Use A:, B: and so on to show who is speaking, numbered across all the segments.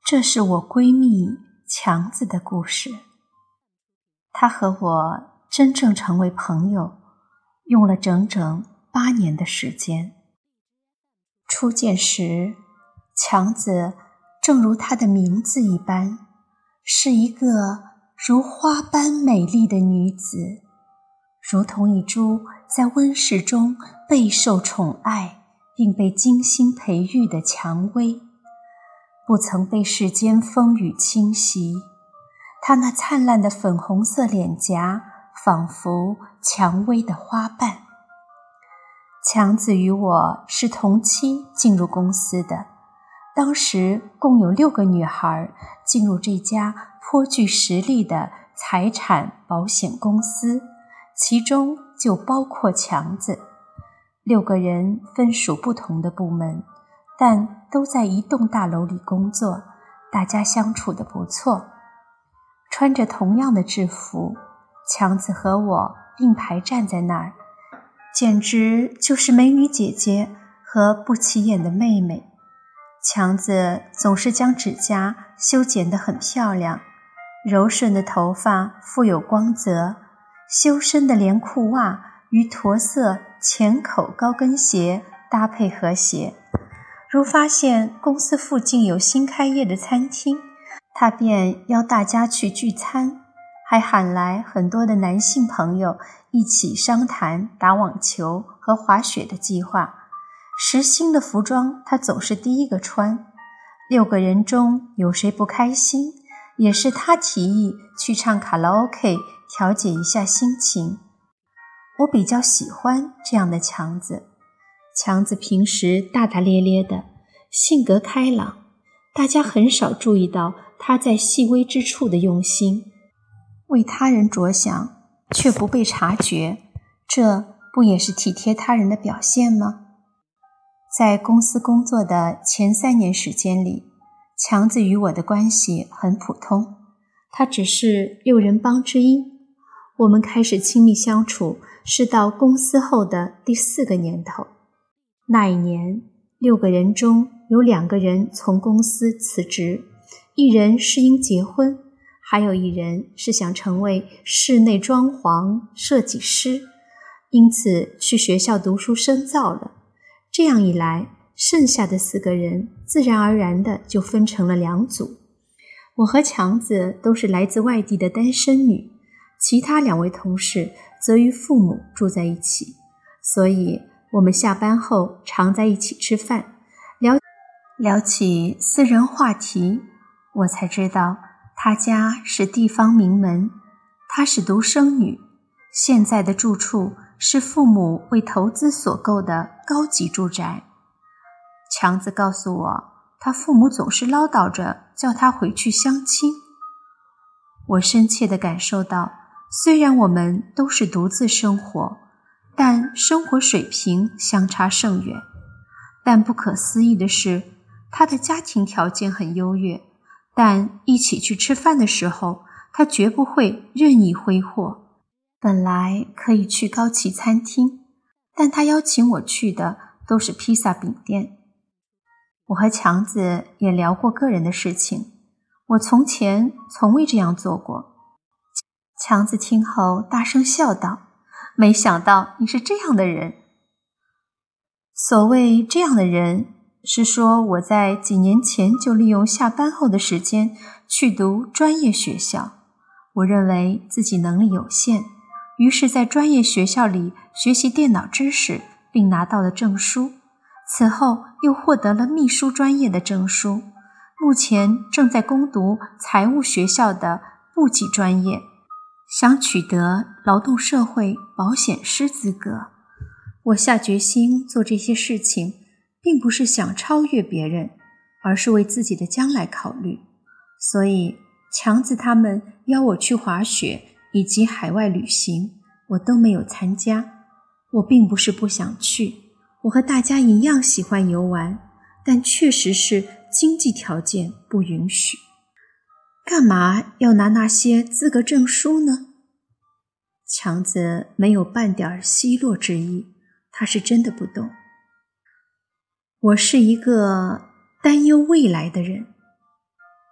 A: 这是我闺蜜强子的故事。她和我真正成为朋友，用了整整8年的时间。初见时，强子正如她的名字一般，是一个如花般美丽的女子，如同一株在温室中备受宠爱并被精心培育的蔷薇，不曾被世间风雨侵袭。她那灿烂的粉红色脸颊仿佛蔷薇的花瓣。强子与我是同期进入公司的，当时共有6个女孩进入这家颇具实力的财产保险公司，其中就包括强子。6个人分属不同的部门，但都在一栋大楼里工作，大家相处得不错。穿着同样的制服，强子和我并排站在那儿，简直就是美女姐姐和不起眼的妹妹。强子总是将指甲修剪得很漂亮，柔顺的头发富有光泽，修身的连裤袜与驼色浅口高跟鞋搭配和谐。如发现公司附近有新开业的餐厅，他便邀大家去聚餐，还喊来很多的男性朋友一起商谈打网球和滑雪的计划。时兴的服装他总是第一个穿，6个人中有谁不开心，也是他提议去唱卡拉 OK 调节一下心情。我比较喜欢这样的强子。强子平时大大咧咧的，性格开朗，大家很少注意到他在细微之处的用心，为他人着想却不被察觉，这不也是体贴他人的表现吗？在公司工作的前3年时间里，强子与我的关系很普通，他只是6人帮之一。我们开始亲密相处是到公司后的第4个年头。那一年，6个人中有2个人从公司辞职，1人是因结婚，还有1人是想成为室内装潢设计师，因此去学校读书深造了。这样一来，剩下的4个人自然而然的就分成了2组。我和强子都是来自外地的单身女，其他2位同事则与父母住在一起，所以我们下班后常在一起吃饭，聊起私人话题。我才知道她家是地方名门，她是独生女，现在的住处是父母为投资所购的高级住宅。强子告诉我，他父母总是唠叨着叫他回去相亲。我深切地感受到，虽然我们都是独自生活，但生活水平相差甚远。但不可思议的是，他的家庭条件很优越，但一起去吃饭的时候，他绝不会任意挥霍。本来可以去高级餐厅，但他邀请我去的都是披萨饼店。我和强子也聊过个人的事情，我从前从未这样做过。强子听后大声笑道，没想到你是这样的人。所谓这样的人，是说我在几年前就利用下班后的时间去读专业学校。我认为自己能力有限，于是在专业学校里学习电脑知识，并拿到了证书。此后又获得了秘书专业的证书，目前正在攻读财务学校的部级专业，想取得劳动社会保险师资格。我下决心做这些事情，并不是想超越别人，而是为自己的将来考虑。所以强子他们邀我去滑雪以及海外旅行，我都没有参加。我并不是不想去，我和大家一样喜欢游玩，但确实是经济条件不允许。干嘛要拿那些资格证书呢？强子没有半点奚落之意，他是真的不懂。我是一个担忧未来的人。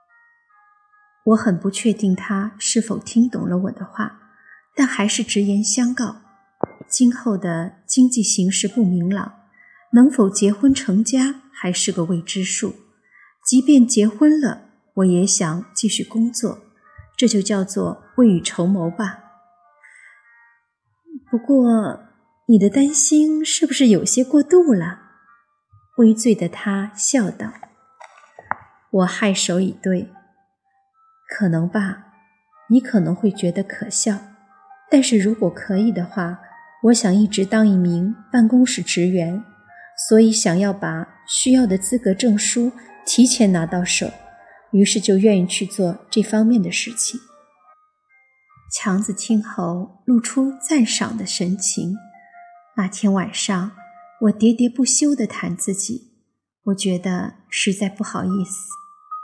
A: 我很不确定他是否听懂了我的话，但还是直言相告，今后的经济形势不明朗，能否结婚成家还是个未知数。即便结婚了，我也想继续工作，这就叫做未雨绸缪吧。不过，你的担心是不是有些过度了？微醉的他笑道。我颔首以对。可能吧，你可能会觉得可笑，但是如果可以的话，我想一直当一名办公室职员，所以想要把需要的资格证书提前拿到手，于是就愿意去做这方面的事情。强子听后露出赞赏的神情。那天晚上，我喋喋不休地谈自己，我觉得实在不好意思。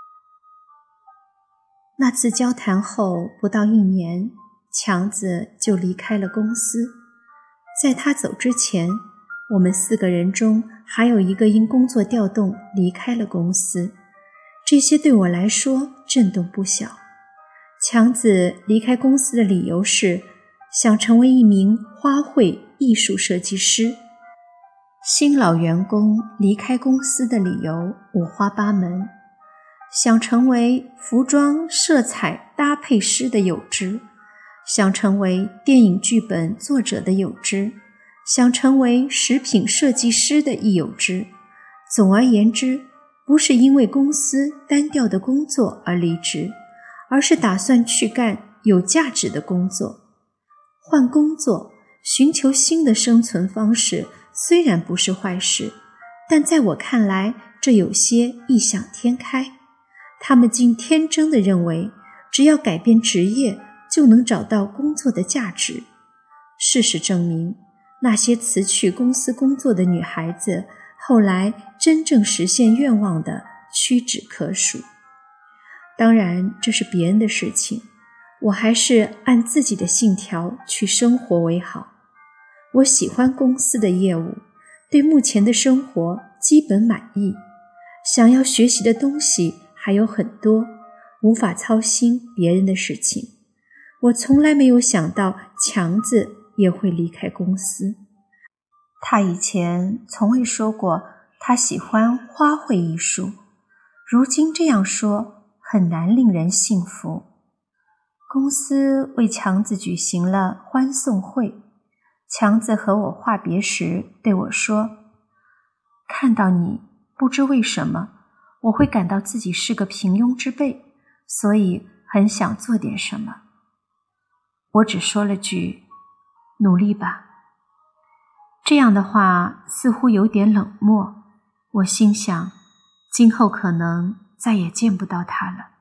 A: 那次交谈后不到1年，强子就离开了公司。在他走之前，我们4个人中还有一个因工作调动离开了公司，这些对我来说震动不小。强子离开公司的理由是想成为一名花卉艺术设计师。新老员工离开公司的理由五花八门，想成为服装色彩搭配师的有之，想成为电影剧本作者的有之，想成为食品设计师的亦有之。总而言之，不是因为公司单调的工作而离职，而是打算去干有价值的工作。换工作，寻求新的生存方式，虽然不是坏事，但在我看来，这有些异想天开。他们竟天真地认为，只要改变职业，就能找到工作的价值。事实证明，那些辞去公司工作的女孩子，后来真正实现愿望的屈指可数。当然，这是别人的事情，我还是按自己的信条去生活为好。我喜欢公司的业务，对目前的生活基本满意，想要学习的东西还有很多，无法操心别人的事情。我从来没有想到强子也会离开公司。他以前从未说过他喜欢花卉艺术，如今这样说很难令人信服。公司为强子举行了欢送会，强子和我话别时对我说，看到你，不知为什么我会感到自己是个平庸之辈，所以很想做点什么。我只说了句，努力吧。这样的话似乎有点冷漠，我心想，今后可能再也见不到他了。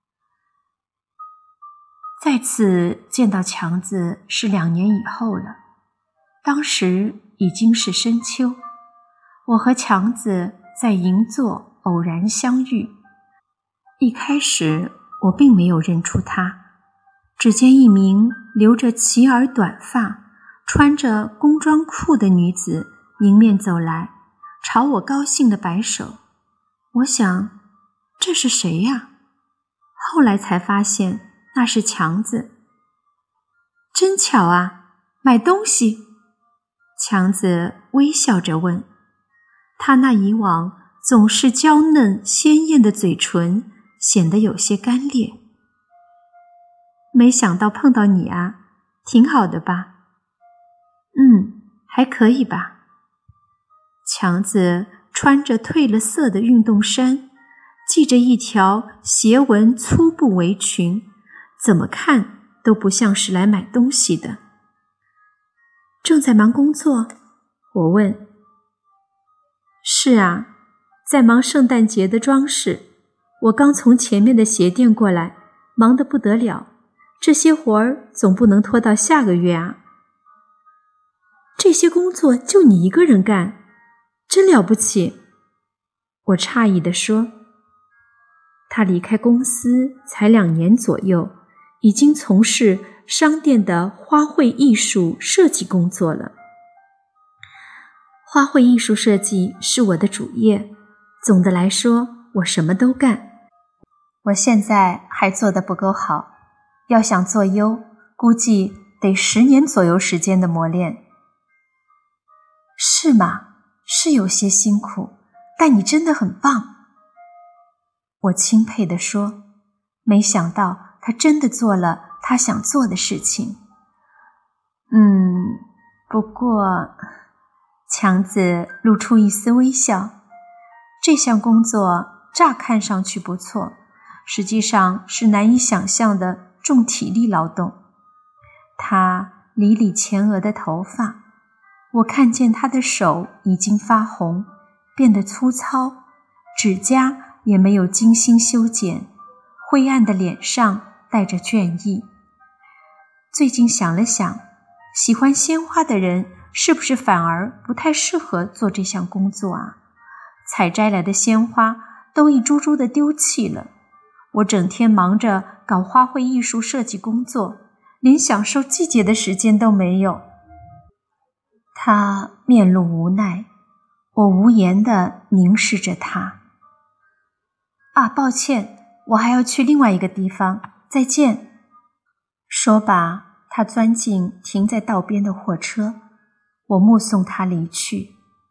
A: 再次见到强子是2年以后了，当时已经是深秋，我和强子在银座偶然相遇。一开始我并没有认出他，只见一名留着齐耳短发、穿着工装裤的女子迎面走来，朝我高兴地摆手。我想，这是谁呀？后来才发现那是强子。真巧啊，买东西？强子微笑着问。他那以往总是娇嫩鲜艳的嘴唇显得有些干裂。没想到碰到你啊，挺好的吧？还可以吧。强子穿着褪了色的运动衫，系着一条斜纹粗布围裙，怎么看都不像是来买东西的。正在忙工作？我问。是啊，在忙圣诞节的装饰。我刚从前面的鞋店过来，忙得不得了。这些活儿总不能拖到下个月啊。这些工作就你一个人干，真了不起。我诧异地说。他离开公司才2年左右，已经从事商店的花卉艺术设计工作了。花卉艺术设计是我的主业，总的来说，我什么都干。 我现在还做得不够好，要想做优，估计得10年左右时间的磨练。是吗？是有些辛苦，但你真的很棒。我钦佩地说，没想到他真的做了他想做的事情。不过，强子露出一丝微笑，这项工作乍看上去不错，实际上是难以想象的重体力劳动。他理理前额的头发，我看见他的手已经发红，变得粗糙，指甲也没有精心修剪，灰暗的脸上带着倦意。最近想了想，喜欢鲜花的人是不是反而不太适合做这项工作啊？采摘来的鲜花都一株株的丢弃了，我整天忙着搞花卉艺术设计工作，连享受季节的时间都没有。他面露无奈，我无言地凝视着他。抱歉，我还要去另外一个地方，再见。说罢，他钻进停在道边的货车，我目送他离去。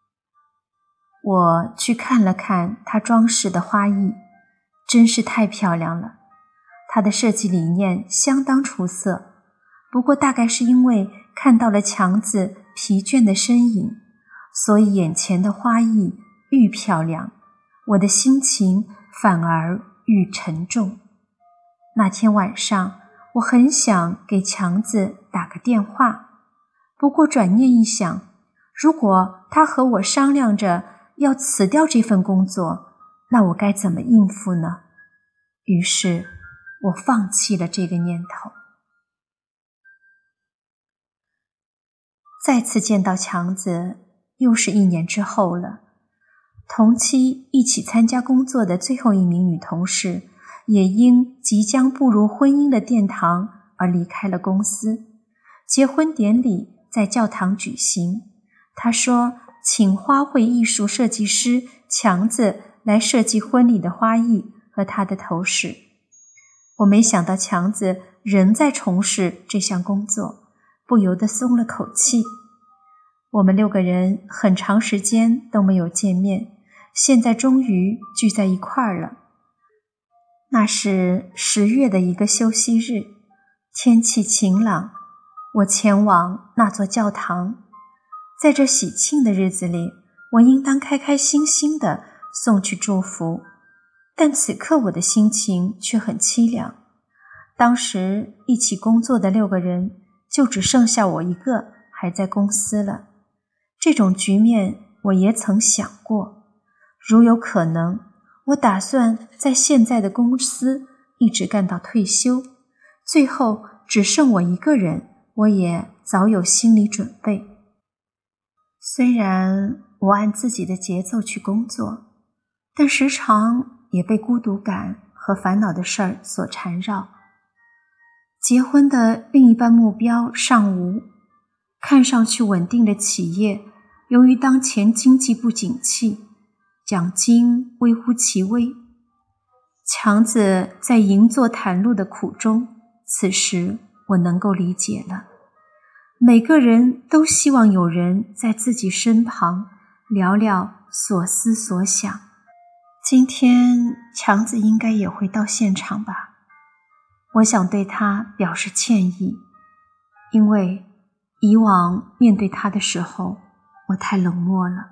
A: 我去看了看他装饰的花艺，真是太漂亮了。他的设计理念相当出色，不过大概是因为看到了强子疲倦的身影，所以眼前的花艺愈漂亮，我的心情反而愈沉重。那天晚上，我很想给强子打个电话，不过转念一想，如果他和我商量着要辞掉这份工作，那我该怎么应付呢？于是我放弃了这个念头。再次见到强子，又是1年之后了。同期一起参加工作的最后一名女同事，也因即将步入婚姻的殿堂而离开了公司。结婚典礼在教堂举行，她说请花卉艺术设计师强子来设计婚礼的花艺和她的头饰。我没想到强子仍在从事这项工作，不由得松了口气。我们6个人很长时间都没有见面，现在终于聚在一块儿了。那是10月的一个休息日，天气晴朗，我前往那座教堂。在这喜庆的日子里，我应当开开心心地送去祝福，但此刻我的心情却很凄凉。当时一起工作的6个人，就只剩下我一个还在公司了。这种局面我也曾想过，如有可能，我打算在现在的公司一直干到退休，最后只剩我一个人，我也早有心理准备。虽然我按自己的节奏去工作，但时常也被孤独感和烦恼的事儿所缠绕。结婚的另一半目标尚无，看上去稳定的企业，由于当前经济不景气，奖金微乎其微。强子在银座袒露的苦衷，此时我能够理解了。每个人都希望有人在自己身旁聊聊所思所想。今天强子应该也会到现场吧？我想对他表示歉意，因为以往面对他的时候，我太冷漠了。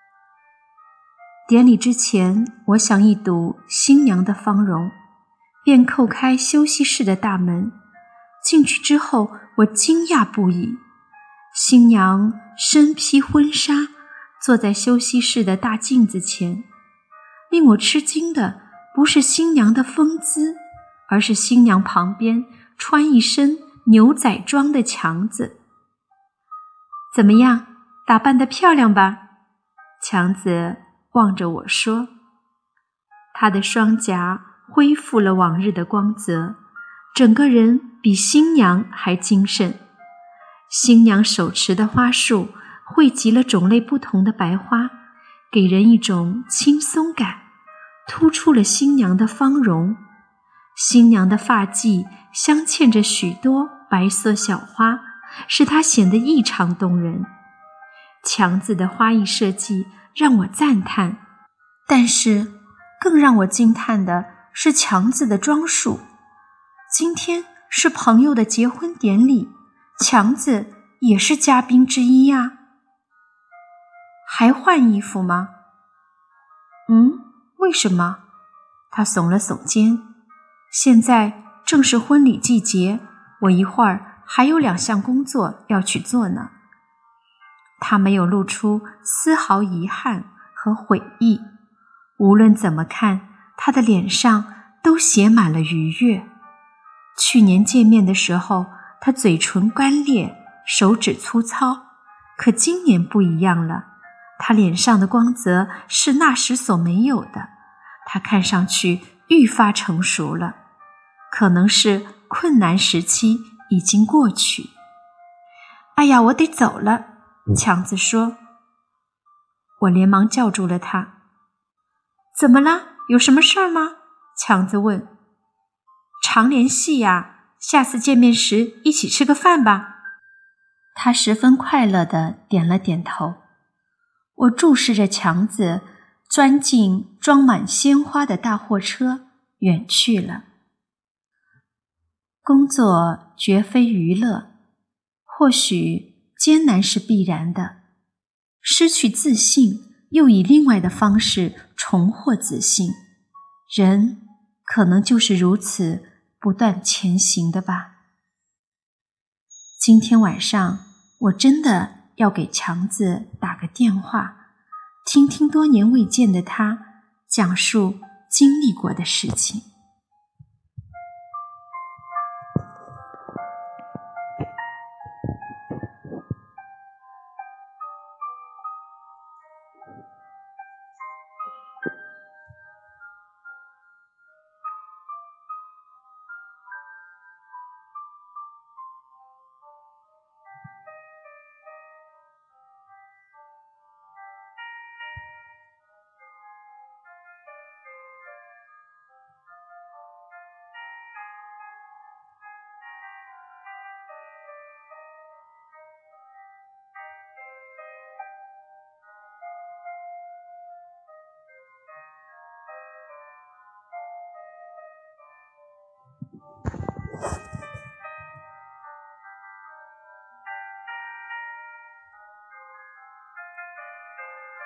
A: 典礼之前，我想一睹新娘的芳容，便叩开休息室的大门。进去之后，我惊讶不已。新娘身披婚纱，坐在休息室的大镜子前。令我吃惊的不是新娘的风姿，而是新娘旁边穿一身牛仔装的强子。怎么样，打扮得漂亮吧？强子望着我说。他的双颊恢复了往日的光泽，整个人比新娘还精神。新娘手持的花束汇集了种类不同的白花，给人一种轻松感，突出了新娘的芳容。 新娘的发髻镶嵌着许多白色小花，使它显得异常动人。墙子的花艺设计让我赞叹，但是更让我惊叹的是强子的装束。今天是朋友的结婚典礼，强子也是嘉宾之一呀。还换衣服吗？为什么？他耸了耸肩。现在正是婚礼季节，我一会儿还有2项工作要去做呢。他没有露出丝毫遗憾和悔意，无论怎么看，他的脸上都写满了愉悦。去年见面的时候，他嘴唇干裂，手指粗糙，可今年不一样了，他脸上的光泽是那时所没有的，他看上去愈发成熟了，可能是困难时期已经过去。哎呀，我得走了，强子说。我连忙叫住了他。怎么了？有什么事儿吗？强子问。常联系呀，下次见面时一起吃个饭吧。他十分快乐地点了点头。我注视着强子钻进装满鲜花的大货车，远去了。工作绝非娱乐，或许艰难是必然的，失去自信又以另外的方式重获自信，人可能就是如此不断前行的吧。今天晚上我真的要给强子打个电话，听听多年未见的他讲述经历过的事情。